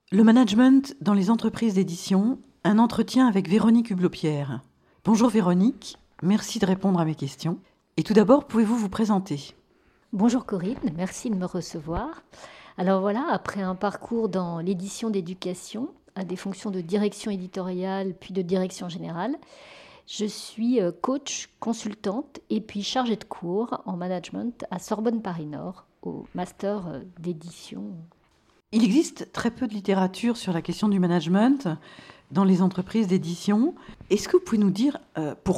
Le management dans les entreprises d'édition, un entretien avec Véronique Hublot-Pierre. Bonjour Véronique, merci de répondre à mes questions. Et tout d'abord, pouvez-vous vous présenter ? Bonjour Corinne, merci de me recevoir. Alors voilà, après un parcours dans l'édition d'éducation, à des fonctions de direction éditoriale puis de direction générale, je suis coach, consultante et puis chargée de cours en management à Sorbonne Paris Nord, au master d'édition. Il existe très peu de littérature sur la question du management dans les entreprises d'édition. Est-ce que vous pouvez nous dire pourquoi ?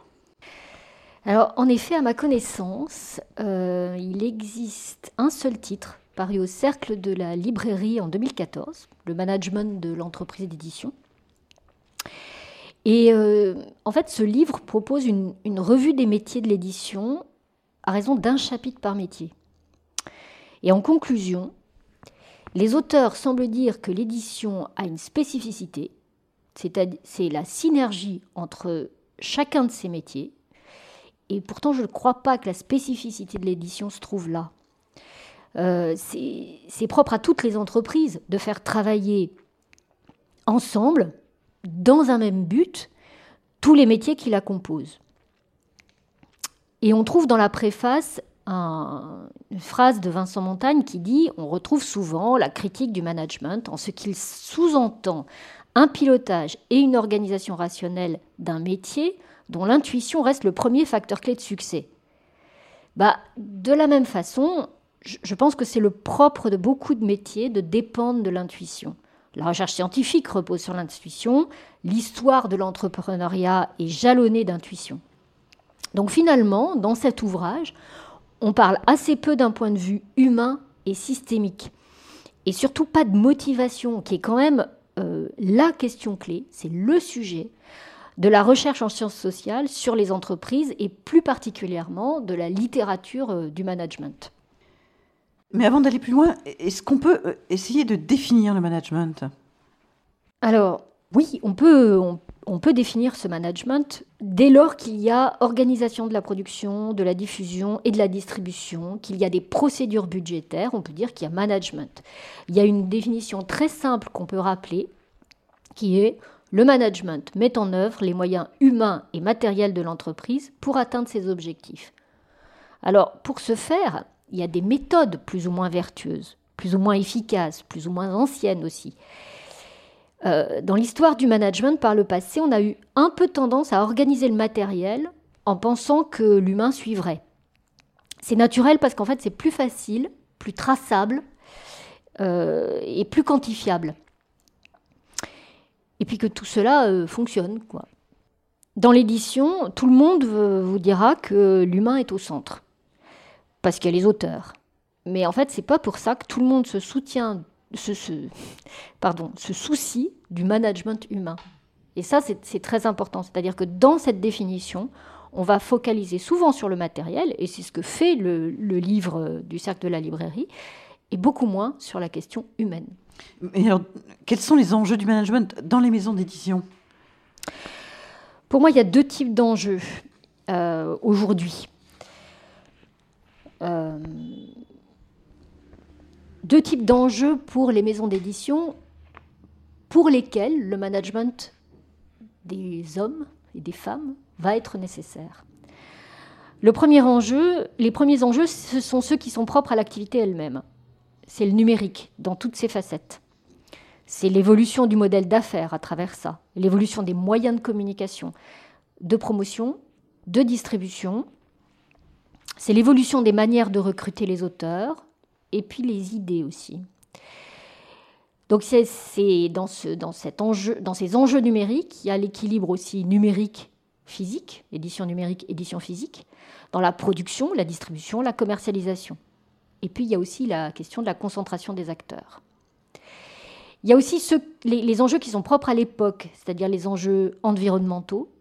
Alors en effet, à ma connaissance, il existe un seul titre paru au Cercle de la Librairie en 2014, le management de l'entreprise d'édition. Et en fait, ce livre propose une revue des métiers de l'édition à raison d'un chapitre par métier. Et en conclusion, les auteurs semblent dire que l'édition a une spécificité, c'est la synergie entre chacun de ces métiers. Et pourtant, je ne crois pas que la spécificité de l'édition se trouve là. C'est propre à toutes les entreprises de faire travailler ensemble, dans un même but, tous les métiers qui la composent. Et on trouve dans la préface une phrase de Vincent Montagne qui dit « On retrouve souvent la critique du management en ce qu'il sous-entend un pilotage et une organisation rationnelle d'un métier dont l'intuition reste le premier facteur clé de succès. » De la même façon, je pense que c'est le propre de beaucoup de métiers de dépendre de l'intuition. La recherche scientifique repose sur l'intuition, l'histoire de l'entrepreneuriat est jalonnée d'intuition. Donc finalement, dans cet ouvrage, on parle assez peu d'un point de vue humain et systémique. Et surtout pas de motivation, qui est quand même la question clé, c'est le sujet de la recherche en sciences sociales sur les entreprises et plus particulièrement de la littérature du management. Mais avant d'aller plus loin, est-ce qu'on peut essayer de définir le management ? Alors, oui, on peut définir ce management dès lors qu'il y a organisation de la production, de la diffusion et de la distribution, qu'il y a des procédures budgétaires, on peut dire qu'il y a management. Il y a une définition très simple qu'on peut rappeler, qui est le management met en œuvre les moyens humains et matériels de l'entreprise pour atteindre ses objectifs. Alors, pour ce faire, il y a des méthodes plus ou moins vertueuses, plus ou moins efficaces, plus ou moins anciennes aussi. Dans l'histoire du management, par le passé, on a eu un peu tendance à organiser le matériel en pensant que l'humain suivrait. C'est naturel parce qu'en fait, c'est plus facile, plus traçable et plus quantifiable. Et puis que tout cela fonctionne, quoi. Dans l'édition, tout le monde vous dira que l'humain est au centre, parce qu'il y a les auteurs. Mais en fait, c'est pas pour ça que tout le monde se soucie du management humain. Et ça, c'est très important. C'est-à-dire que dans cette définition, on va focaliser souvent sur le matériel, et c'est ce que fait le livre du Cercle de la Librairie, et beaucoup moins sur la question humaine. Et alors, quels sont les enjeux du management dans les maisons d'édition ? Pour moi, il y a deux types d'enjeux aujourd'hui. Deux types d'enjeux pour les maisons d'édition pour lesquels le management des hommes et des femmes va être nécessaire. Les premiers enjeux, ce sont ceux qui sont propres à l'activité elle-même. C'est le numérique dans toutes ses facettes. C'est l'évolution du modèle d'affaires à travers ça, l'évolution des moyens de communication, de promotion, de distribution. C'est l'évolution des manières de recruter les auteurs et puis les idées aussi. Donc c'est dans ces enjeux numériques, il y a l'équilibre aussi numérique-physique, édition numérique, édition physique, dans la production, la distribution, la commercialisation. Et puis, il y a aussi la question de la concentration des acteurs. Il y a aussi les enjeux qui sont propres à l'époque, c'est-à-dire les enjeux environnementaux.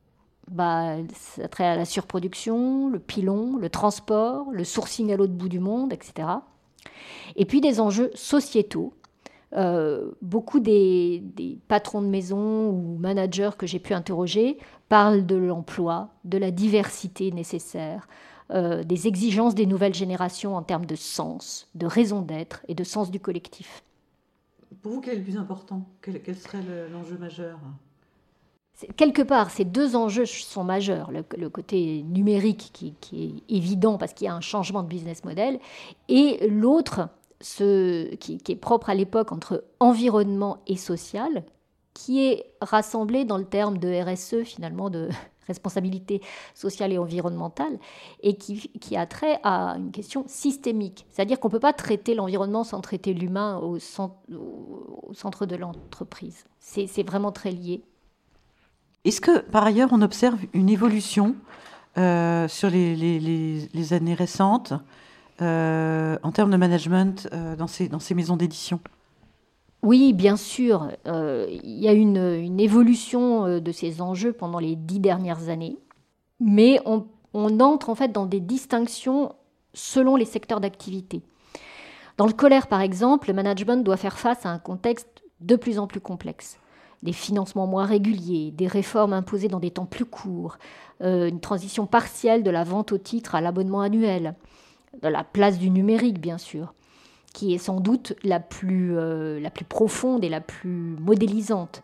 Ça trait à la surproduction, le pilon, le transport, le sourcing à l'autre bout du monde, etc. Et puis des enjeux sociétaux. Beaucoup des patrons de maison ou managers que j'ai pu interroger parlent de l'emploi, de la diversité nécessaire, des exigences des nouvelles générations en termes de sens, de raison d'être et de sens du collectif. Pour vous, quel est le plus important? Quel serait l'enjeu majeur? Quelque part, ces deux enjeux sont majeurs. Le côté numérique qui est évident parce qu'il y a un changement de business model, et l'autre, qui est propre à l'époque, entre environnement et social, qui est rassemblé dans le terme de RSE, finalement, de responsabilité sociale et environnementale, et qui a trait à une question systémique. C'est-à-dire qu'on ne peut pas traiter l'environnement sans traiter l'humain au centre de l'entreprise. C'est vraiment très lié. Est-ce que, par ailleurs, on observe une évolution sur les années récentes en termes de management dans ces maisons d'édition? Oui, bien sûr. Il y a une évolution de ces enjeux pendant les 10 dernières années, mais on entre en fait dans des distinctions selon les secteurs d'activité. Dans le scolaire, par exemple, le management doit faire face à un contexte de plus en plus complexe. Des financements moins réguliers, des réformes imposées dans des temps plus courts, une transition partielle de la vente au titre à l'abonnement annuel, de la place du numérique, bien sûr, qui est sans doute la plus profonde et la plus modélisante.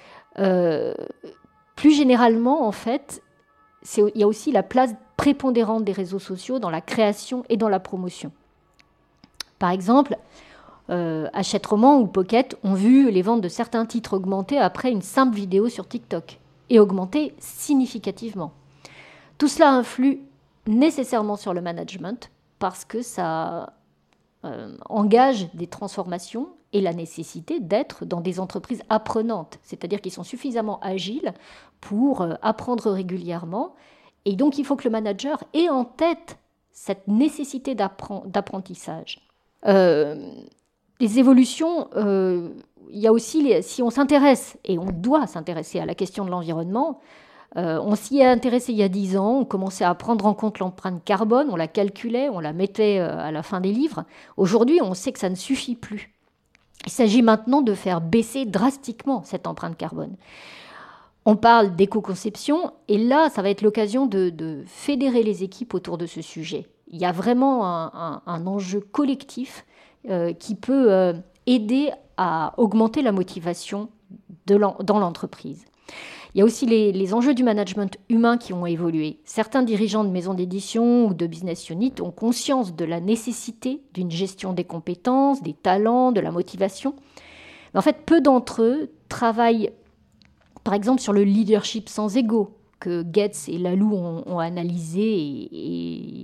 Plus généralement, en fait, il y a aussi la place prépondérante des réseaux sociaux dans la création et dans la promotion. Par exemple, Hachette Roman ou Pocket ont vu les ventes de certains titres augmenter après une simple vidéo sur TikTok, et augmenter significativement. Tout cela influe nécessairement sur le management parce que ça engage des transformations et la nécessité d'être dans des entreprises apprenantes, c'est-à-dire qui sont suffisamment agiles pour apprendre régulièrement. Et donc il faut que le manager ait en tête cette nécessité d'apprentissage. Les évolutions, il y a aussi, si on s'intéresse, et on doit s'intéresser à la question de l'environnement, on s'y est intéressé il y a 10 ans, on commençait à prendre en compte l'empreinte carbone, on la calculait, on la mettait à la fin des livres. Aujourd'hui, on sait que ça ne suffit plus. Il s'agit maintenant de faire baisser drastiquement cette empreinte carbone. On parle d'éco-conception, et là, ça va être l'occasion de fédérer les équipes autour de ce sujet. Il y a vraiment un enjeu collectif qui peut aider à augmenter la motivation dans l'entreprise. Il y a aussi les enjeux du management humain qui ont évolué. Certains dirigeants de maisons d'édition ou de business unit ont conscience de la nécessité d'une gestion des compétences, des talents, de la motivation. Mais en fait, peu d'entre eux travaillent, par exemple, sur le leadership sans ego, que Getz et Laloux ont analysé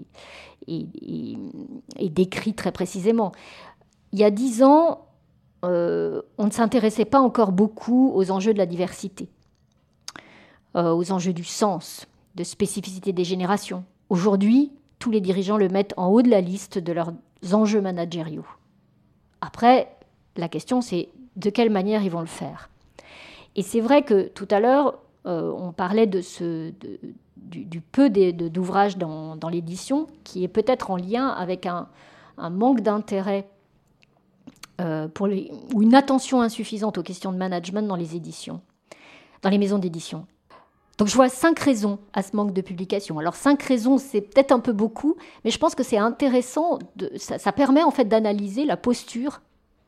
et décrit très précisément. Il y a 10 ans, on ne s'intéressait pas encore beaucoup aux enjeux de la diversité, aux enjeux du sens, de spécificité des générations. Aujourd'hui, tous les dirigeants le mettent en haut de la liste de leurs enjeux managériaux. Après, la question, c'est de quelle manière ils vont le faire. Et c'est vrai que tout à l'heure, on parlait du peu d'ouvrages dans l'édition, qui est peut-être en lien avec un manque d'intérêt ou une attention insuffisante aux questions de management dans les éditions, dans les maisons d'édition. Donc je vois 5 raisons à ce manque de publication. Alors 5 raisons, c'est peut-être un peu beaucoup, mais je pense que c'est intéressant, ça permet en fait d'analyser la posture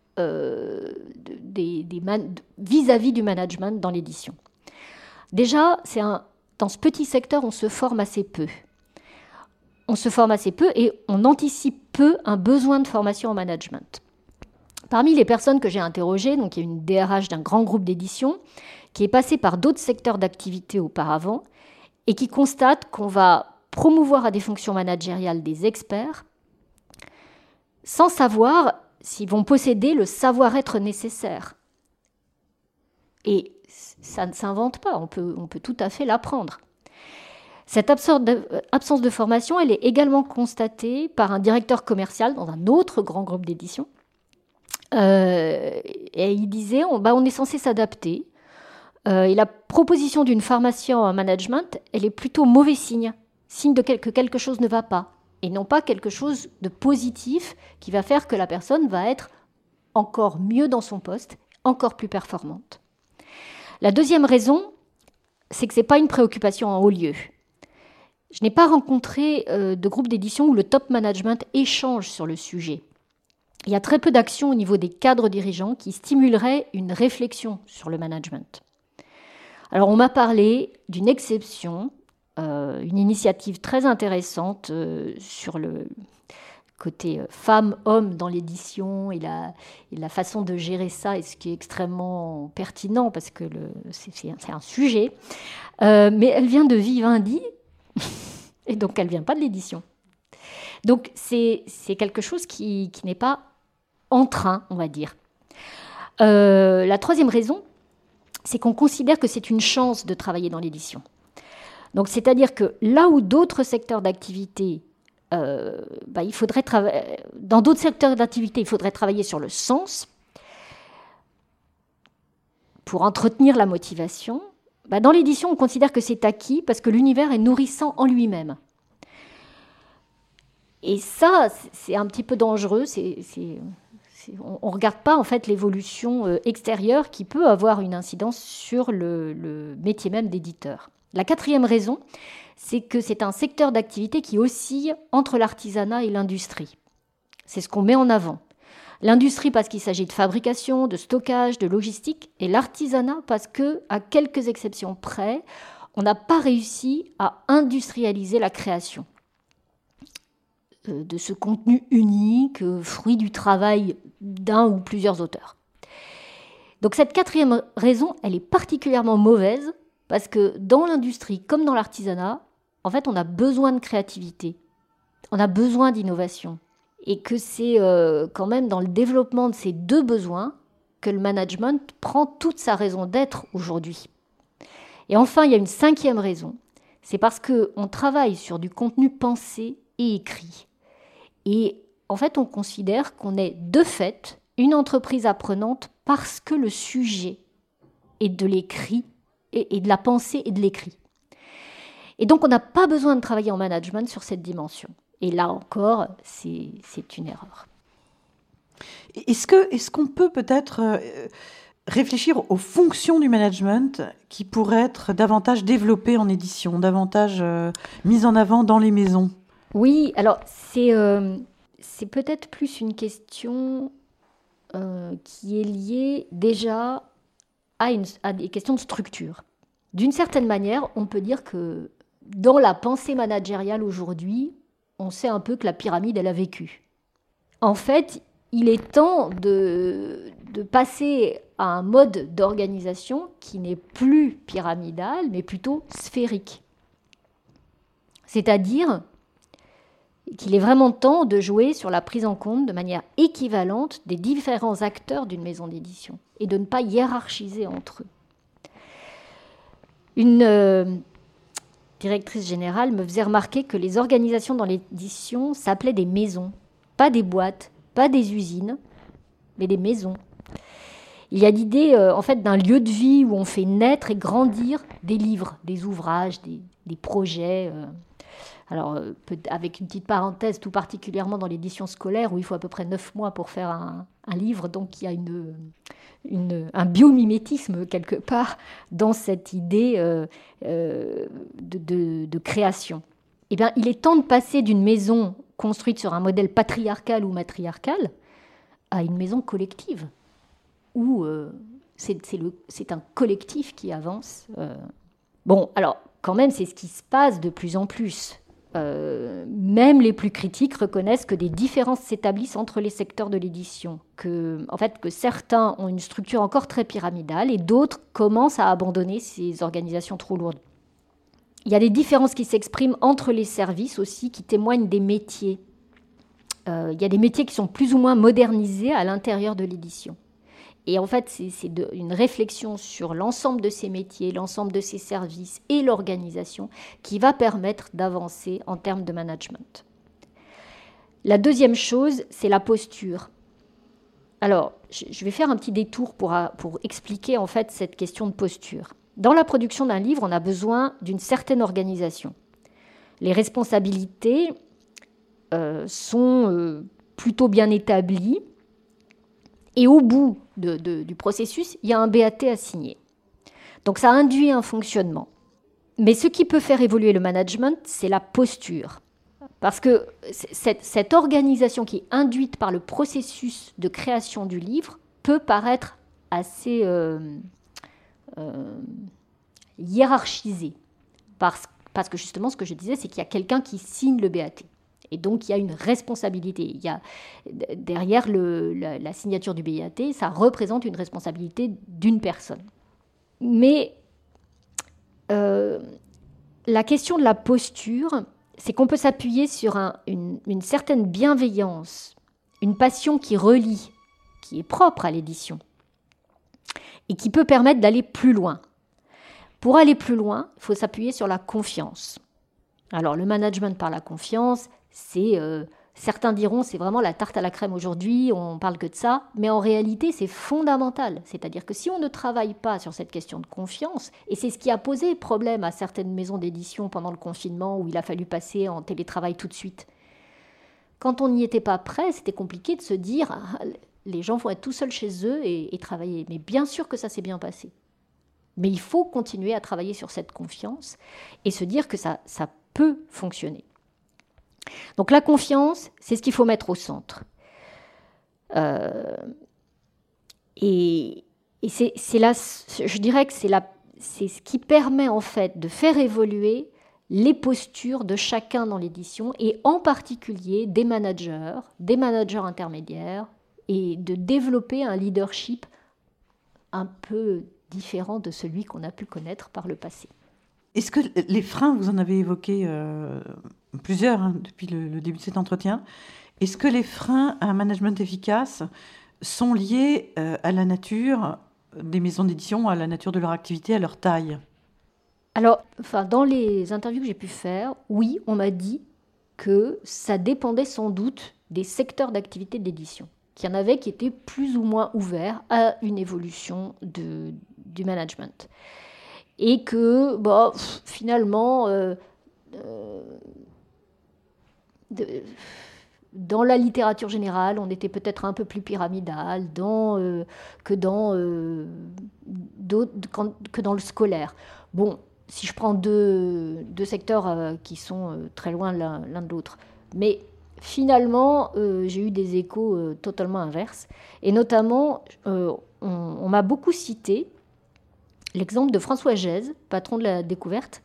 vis-à-vis du management dans l'édition. Déjà, dans ce petit secteur, on se forme assez peu. On se forme assez peu et on anticipe peu un besoin de formation en management. Parmi les personnes que j'ai interrogées, donc il y a une DRH d'un grand groupe d'édition qui est passée par d'autres secteurs d'activité auparavant et qui constate qu'on va promouvoir à des fonctions managériales des experts sans savoir s'ils vont posséder le savoir-être nécessaire. Et ça ne s'invente pas, on peut tout à fait l'apprendre. Cette absence de formation, elle est également constatée par un directeur commercial dans un autre grand groupe d'édition. Et il disait, on est censé s'adapter. Et la proposition d'une formation en management, elle est plutôt mauvais signe que quelque chose ne va pas, et non pas quelque chose de positif qui va faire que la personne va être encore mieux dans son poste, encore plus performante. La deuxième raison, c'est que ce n'est pas une préoccupation en haut lieu. Je n'ai pas rencontré de groupe d'édition où le top management échange sur le sujet. Il y a très peu d'actions au niveau des cadres dirigeants qui stimuleraient une réflexion sur le management. Alors on m'a parlé d'une exception, une initiative très intéressante sur le côté femmes-hommes dans l'édition et la façon de gérer ça, et ce qui est extrêmement pertinent parce que c'est un sujet. Mais elle vient de Vivendi, et donc elle ne vient pas de l'édition. Donc c'est quelque chose qui n'est pas en train, on va dire. La troisième raison, c'est qu'on considère que c'est une chance de travailler dans l'édition. Donc c'est-à-dire que là où d'autres secteurs d'activité dans d'autres secteurs d'activité, il faudrait travailler sur le sens pour entretenir la motivation. Dans l'édition, on considère que c'est acquis parce que l'univers est nourrissant en lui-même. Et ça, c'est un petit peu dangereux. On ne regarde pas en fait l'évolution extérieure qui peut avoir une incidence sur le métier même d'éditeur. La quatrième raison, c'est que c'est un secteur d'activité qui oscille entre l'artisanat et l'industrie. C'est ce qu'on met en avant. L'industrie parce qu'il s'agit de fabrication, de stockage, de logistique, et l'artisanat parce que, à quelques exceptions près, on n'a pas réussi à industrialiser la création de ce contenu unique, fruit du travail d'un ou plusieurs auteurs. Donc cette quatrième raison, elle est particulièrement mauvaise parce que dans l'industrie comme dans l'artisanat, en fait, on a besoin de créativité, on a besoin d'innovation. Et que c'est quand même dans le développement de ces deux besoins que le management prend toute sa raison d'être aujourd'hui. Et enfin, il y a une cinquième raison. C'est parce qu'on travaille sur du contenu pensé et écrit. Et en fait, on considère qu'on est de fait une entreprise apprenante parce que le sujet est de l'écrit, et de la pensée et de l'écrit. Et donc, on n'a pas besoin de travailler en management sur cette dimension. Et là encore, c'est une erreur. Est-ce qu'on peut peut-être réfléchir aux fonctions du management qui pourraient être davantage développées en édition, davantage mises en avant dans les maisons ? Oui, alors c'est peut-être plus une question qui est liée déjà à des questions de structure. D'une certaine manière, on peut dire que dans la pensée managériale aujourd'hui, on sait un peu que la pyramide, elle a vécu. En fait, il est temps de passer à un mode d'organisation qui n'est plus pyramidal, mais plutôt sphérique. C'est-à-dire qu'il est vraiment temps de jouer sur la prise en compte de manière équivalente des différents acteurs d'une maison d'édition et de ne pas hiérarchiser entre eux. Une directrice générale me faisait remarquer que les organisations dans l'édition s'appelaient des maisons, pas des boîtes, pas des usines, mais des maisons. Il y a l'idée en fait d'un lieu de vie où on fait naître et grandir des livres, des ouvrages, des projets. Alors, avec une petite parenthèse, tout particulièrement dans l'édition scolaire, où il faut à peu près 9 mois pour faire un livre, donc il y a un biomimétisme quelque part dans cette idée de création. Eh bien, il est temps de passer d'une maison construite sur un modèle patriarcal ou matriarcal à une maison collective, où c'est un collectif qui avance. Bon, alors, quand même, c'est ce qui se passe de plus en plus. Même les plus critiques reconnaissent que des différences s'établissent entre les secteurs de l'édition, que certains ont une structure encore très pyramidale et d'autres commencent à abandonner ces organisations trop lourdes. Il y a des différences qui s'expriment entre les services aussi, qui témoignent des métiers. Il y a des métiers qui sont plus ou moins modernisés à l'intérieur de l'édition. Et en fait, c'est une réflexion sur l'ensemble de ces métiers, l'ensemble de ces services et l'organisation qui va permettre d'avancer en termes de management. La deuxième chose, c'est la posture. Alors, je vais faire un petit détour pour expliquer en fait cette question de posture. Dans la production d'un livre, on a besoin d'une certaine organisation. Les responsabilités sont plutôt bien établies. Et au bout du processus, il y a un BAT à signer. Donc ça induit un fonctionnement. Mais ce qui peut faire évoluer le management, c'est la posture. Parce que cette organisation qui est induite par le processus de création du livre peut paraître assez hiérarchisée. Parce que justement, ce que je disais, c'est qu'il y a quelqu'un qui signe le BAT. Et donc, il y a une responsabilité. Il y a, derrière la signature du BAT, ça représente une responsabilité d'une personne. Mais la question de la posture, c'est qu'on peut s'appuyer sur une certaine bienveillance, une passion qui relie, qui est propre à l'édition, et qui peut permettre d'aller plus loin. Pour aller plus loin, il faut s'appuyer sur la confiance. Alors, le management par la confiance, certains diront c'est vraiment la tarte à la crème aujourd'hui, on parle que de ça, mais en réalité c'est fondamental. C'est-à-dire que si on ne travaille pas sur cette question de confiance, et c'est ce qui a posé problème à certaines maisons d'édition pendant le confinement où il a fallu passer en télétravail tout de suite. Quand on n'y était pas prêt, c'était compliqué de se dire les gens vont être tout seuls chez eux et travailler. Mais bien sûr que ça s'est bien passé. Mais il faut continuer à travailler sur cette confiance et se dire que ça peut fonctionner. Donc la confiance, c'est ce qu'il faut mettre au centre. Et c'est là, je dirais que c'est ce qui permet en fait de faire évoluer les postures de chacun dans l'édition et en particulier des managers intermédiaires et de développer un leadership un peu différent de celui qu'on a pu connaître par le passé. Est-ce que les freins, vous en avez évoqué plusieurs depuis le début de cet entretien, est-ce que les freins à un management efficace sont liés à la nature des maisons d'édition, à la nature de leur activité, à leur taille ? Alors, dans les interviews que j'ai pu faire, oui, on m'a dit que ça dépendait sans doute des secteurs d'activité d'édition, qu'il y en avait qui étaient plus ou moins ouverts à une évolution du management. Et que, finalement, dans la littérature générale, on était peut-être un peu plus pyramidal que dans le scolaire. Bon, si je prends deux secteurs qui sont très loin l'un de l'autre. Mais finalement, j'ai eu des échos totalement inverses. Et notamment, on m'a beaucoup cité l'exemple de François Gèze, patron de la Découverte.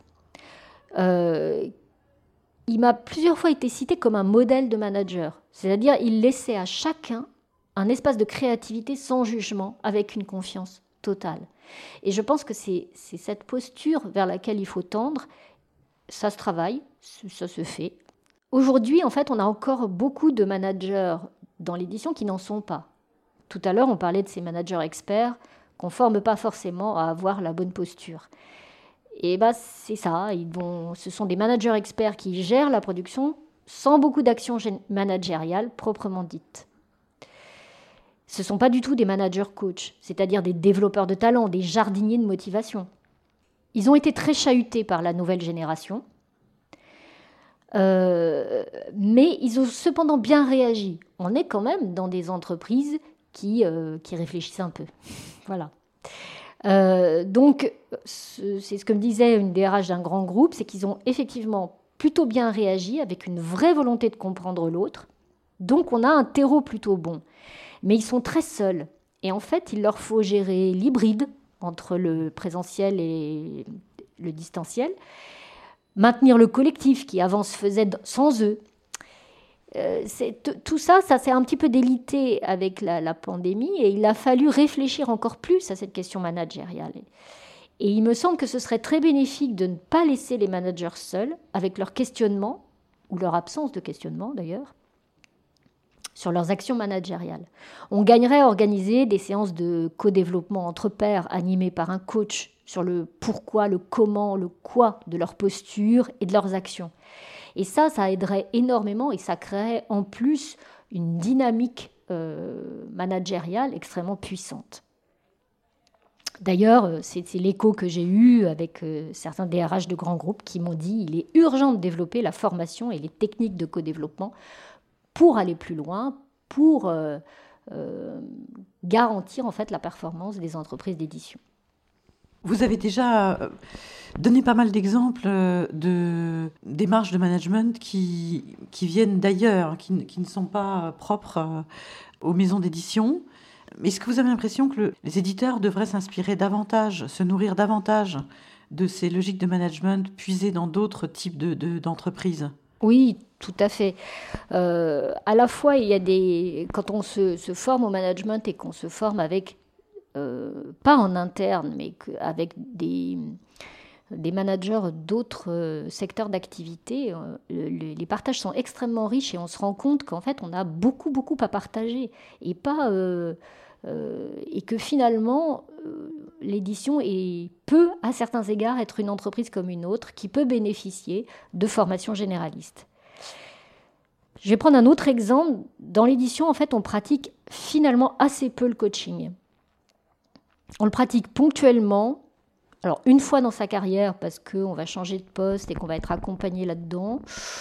Il m'a plusieurs fois été cité comme un modèle de manager. C'est-à-dire, il laissait à chacun un espace de créativité sans jugement, avec une confiance totale. Et je pense que c'est cette posture vers laquelle il faut tendre. Ça se travaille, ça se fait. Aujourd'hui, en fait, on a encore beaucoup de managers dans l'édition qui n'en sont pas. Tout à l'heure, on parlait de ces managers experts qu'on ne forme pas forcément à avoir la bonne posture. Et c'est ça, ce sont des managers experts qui gèrent la production sans beaucoup d'action managériale proprement dite. Ce ne sont pas du tout des managers coach, c'est-à-dire des développeurs de talent, des jardiniers de motivation. Ils ont été très chahutés par la nouvelle génération, mais ils ont cependant bien réagi. On est quand même dans des entreprises qui réfléchissent un peu. Voilà. Donc, c'est ce que me disait une DRH d'un grand groupe, c'est qu'ils ont effectivement plutôt bien réagi avec une vraie volonté de comprendre l'autre. Donc, on a un terreau plutôt bon. Mais ils sont très seuls. Et en fait, il leur faut gérer l'hybride entre le présentiel et le distanciel, maintenir le collectif qui avant se faisait sans eux. Tout ça s'est un petit peu délité avec la pandémie et il a fallu réfléchir encore plus à cette question managériale. Et il me semble que ce serait très bénéfique de ne pas laisser les managers seuls avec leur questionnement, ou leur absence de questionnement d'ailleurs, sur leurs actions managériales. On gagnerait à organiser des séances de co-développement entre pairs animées par un coach sur le pourquoi, le comment, le quoi de leur posture et de leurs actions. Et ça aiderait énormément et ça créerait en plus une dynamique managériale extrêmement puissante. D'ailleurs, c'est l'écho que j'ai eu avec certains DRH de grands groupes qui m'ont dit qu'il est urgent de développer la formation et les techniques de co-développement pour aller plus loin, pour garantir en fait la performance des entreprises d'édition. Vous avez déjà donné pas mal d'exemples de démarches de management qui viennent d'ailleurs, qui ne sont pas propres aux maisons d'édition. Est-ce que vous avez l'impression que les éditeurs devraient s'inspirer davantage, se nourrir davantage de ces logiques de management puisées dans d'autres types d'entreprises? Oui, tout à fait. À la fois, quand on se forme au management et qu'on se forme avec, pas en interne, mais avec des managers d'autres secteurs d'activité, les partages sont extrêmement riches et on se rend compte qu'en fait, on a beaucoup, beaucoup à partager et que finalement, l'édition peut, à certains égards, être une entreprise comme une autre qui peut bénéficier de formations généralistes. Je vais prendre un autre exemple. Dans l'édition, en fait, on pratique finalement assez peu le coaching. On le pratique ponctuellement, alors une fois dans sa carrière parce qu'on va changer de poste et qu'on va être accompagné là-dedans,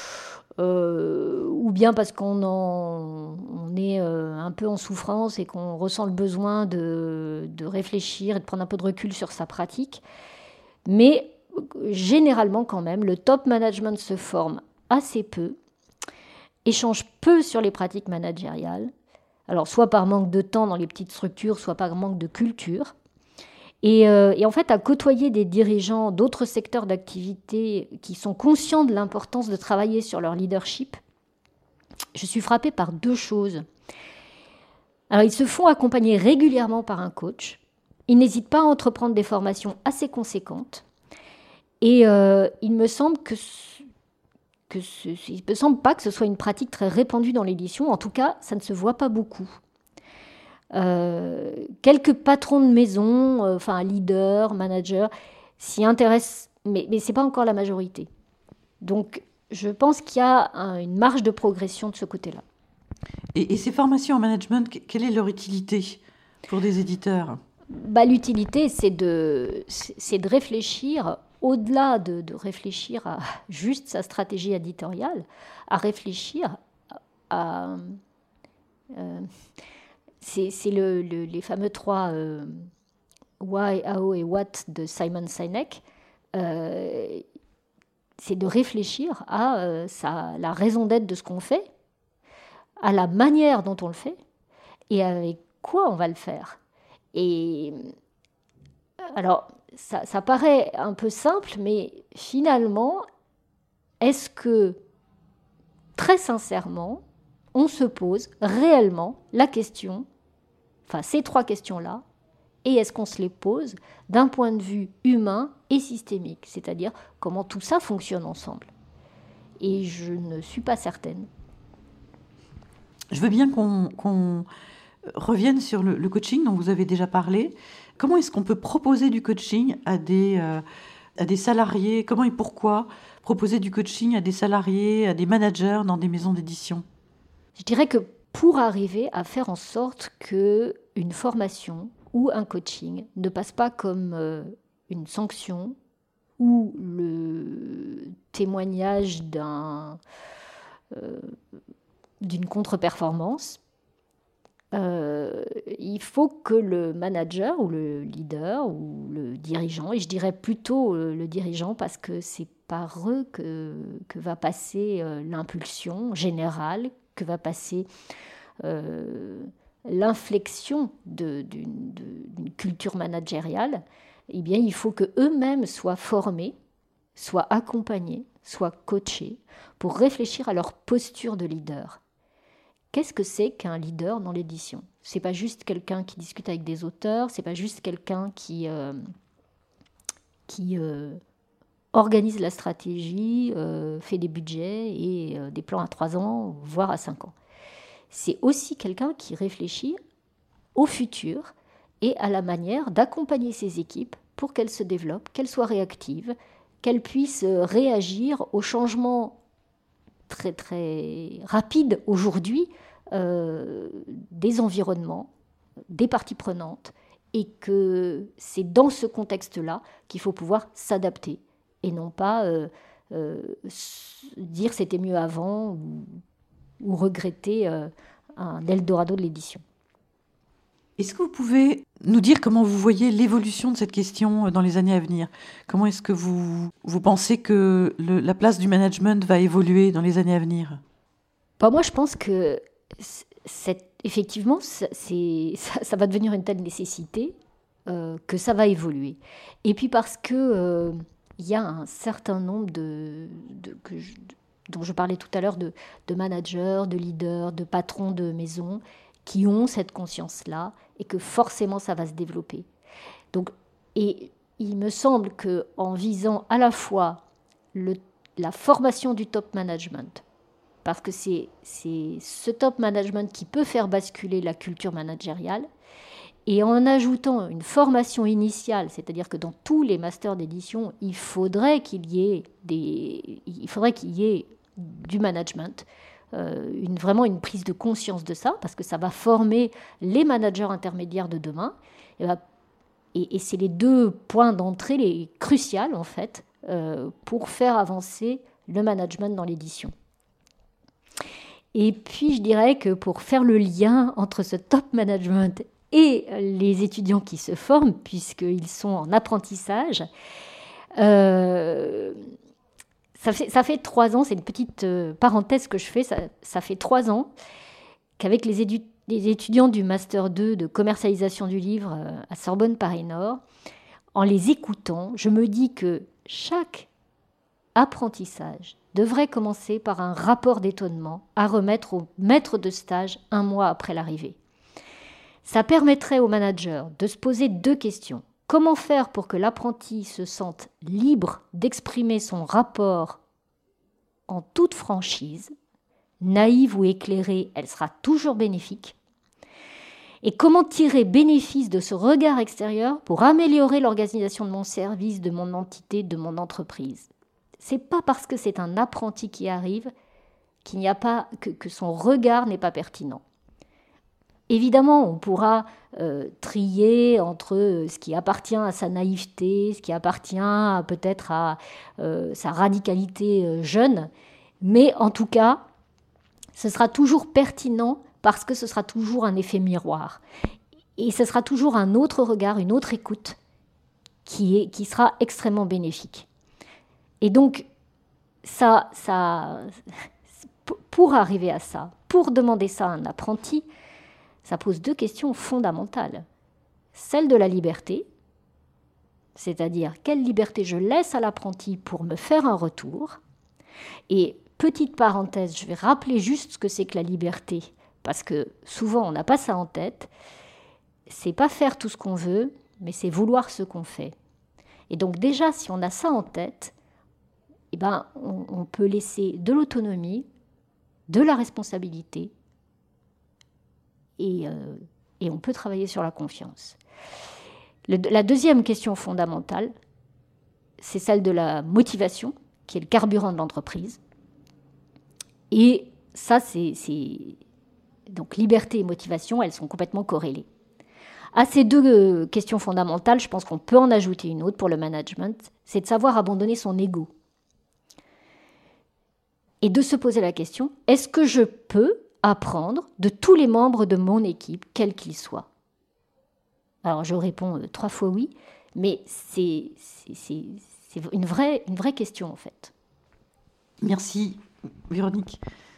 ou bien parce on est un peu en souffrance et qu'on ressent le besoin de réfléchir et de prendre un peu de recul sur sa pratique. Mais généralement quand même, le top management se forme assez peu, échange peu sur les pratiques managériales, alors soit par manque de temps dans les petites structures, soit par manque de culture. Et en fait, à côtoyer des dirigeants d'autres secteurs d'activité qui sont conscients de l'importance de travailler sur leur leadership, je suis frappée par deux choses. Alors, ils se font accompagner régulièrement par un coach. Ils n'hésitent pas à entreprendre des formations assez conséquentes. Et il me semble il me semble pas que ce soit une pratique très répandue dans l'édition. En tout cas, ça ne se voit pas beaucoup. Quelques patrons de maison, leaders, managers, s'y intéressent, mais ce n'est pas encore la majorité. Donc, je pense qu'il y a une marge de progression de ce côté-là. Et ces formations en management, quelle est leur utilité pour des éditeurs ? L'utilité, c'est de réfléchir, au-delà de réfléchir à juste sa stratégie éditoriale, à réfléchir à... c'est les fameux 3 why, how et what de Simon Sinek. C'est de réfléchir à la raison d'être de ce qu'on fait, à la manière dont on le fait et avec quoi on va le faire. Et alors, ça paraît un peu simple, mais finalement, est-ce que, très sincèrement, on se pose réellement la question, ces 3 questions-là, et est-ce qu'on se les pose d'un point de vue humain et systémique, c'est-à-dire comment tout ça fonctionne ensemble. Et je ne suis pas certaine. Je veux bien qu'on revienne sur le coaching dont vous avez déjà parlé. Comment est-ce qu'on peut proposer du coaching à des salariés ? Comment et pourquoi proposer du coaching à des salariés, à des managers dans des maisons d'édition ? Je dirais que pour arriver à faire en sorte qu'une formation ou un coaching ne passe pas comme une sanction ou le témoignage d'une contre-performance, il faut que le manager ou le leader ou le dirigeant, et je dirais plutôt le dirigeant parce que c'est par eux que va passer l'impulsion générale, que va passer l'inflexion d'une culture managériale, eh bien, il faut qu'eux-mêmes soient formés, soient accompagnés, soient coachés pour réfléchir à leur posture de leader. Qu'est-ce que c'est qu'un leader dans l'édition ? C'est pas juste quelqu'un qui discute avec des auteurs, c'est pas juste quelqu'un qui organise la stratégie, fait des budgets et des plans à 3 ans, voire à 5 ans. C'est aussi quelqu'un qui réfléchit au futur et à la manière d'accompagner ses équipes pour qu'elles se développent, qu'elles soient réactives, qu'elles puissent réagir aux changements très très rapides aujourd'hui des environnements, des parties prenantes, et que c'est dans ce contexte-là qu'il faut pouvoir s'adapter et non pas dire c'était mieux avant ou regretter un Eldorado de l'édition. Est-ce que vous pouvez nous dire comment vous voyez l'évolution de cette question dans les années à venir? Comment est-ce que vous pensez que la place du management va évoluer dans les années à venir? Moi, je pense que effectivement, ça va devenir une telle nécessité que ça va évoluer. Et puis parce que il y a un certain nombre dont je parlais tout à l'heure, de managers, de leaders, de patrons de maisons, qui ont cette conscience-là et que forcément ça va se développer. Donc, et il me semble qu'en visant à la fois la formation du top management, parce que c'est ce top management qui peut faire basculer la culture managériale, et en ajoutant une formation initiale, c'est-à-dire que dans tous les masters d'édition, il faudrait qu'il y ait du management, vraiment une prise de conscience de ça, parce que ça va former les managers intermédiaires de demain. Et c'est les 2 points d'entrée les cruciaux, en fait, pour faire avancer le management dans l'édition. Et puis, je dirais que pour faire le lien entre ce top management et les étudiants qui se forment, puisqu'ils sont en apprentissage, ça fait 3 ans, c'est une petite parenthèse que je fais, ça fait 3 ans qu'avec les étudiants du Master 2 de commercialisation du livre à Sorbonne Paris-Nord, en les écoutant, je me dis que chaque apprentissage devrait commencer par un rapport d'étonnement à remettre au maître de stage 1 mois après l'arrivée. Ça permettrait au manager de se poser 2 questions. Comment faire pour que l'apprenti se sente libre d'exprimer son rapport en toute franchise, naïve ou éclairée, elle sera toujours bénéfique. Et comment tirer bénéfice de ce regard extérieur pour améliorer l'organisation de mon service, de mon entité, de mon entreprise. C'est pas parce que c'est un apprenti qui arrive qu'il n'y a pas que son regard n'est pas pertinent. Évidemment, on pourra trier entre ce qui appartient à sa naïveté, ce qui appartient peut-être à sa radicalité jeune, mais en tout cas, ce sera toujours pertinent parce que ce sera toujours un effet miroir. Et ce sera toujours un autre regard, une autre écoute qui sera extrêmement bénéfique. Et donc, pour arriver à ça, pour demander ça à un apprenti, ça pose 2 questions fondamentales. Celle de la liberté, c'est-à-dire quelle liberté je laisse à l'apprenti pour me faire un retour. Et petite parenthèse, je vais rappeler juste ce que c'est que la liberté, parce que souvent on n'a pas ça en tête. C'est pas faire tout ce qu'on veut, mais c'est vouloir ce qu'on fait. Et donc déjà, si on a ça en tête, on peut laisser de l'autonomie, de la responsabilité, et on peut travailler sur la confiance. La deuxième question fondamentale, c'est celle de la motivation, qui est le carburant de l'entreprise. Et ça, donc liberté et motivation, elles sont complètement corrélées. À ces 2 questions fondamentales, je pense qu'on peut en ajouter une autre pour le management, c'est de savoir abandonner son ego. Et de se poser la question, est-ce que je peux apprendre de tous les membres de mon équipe, quels qu'ils soient? Alors je réponds 3 fois oui, mais c'est une vraie question en fait. Merci Véronique.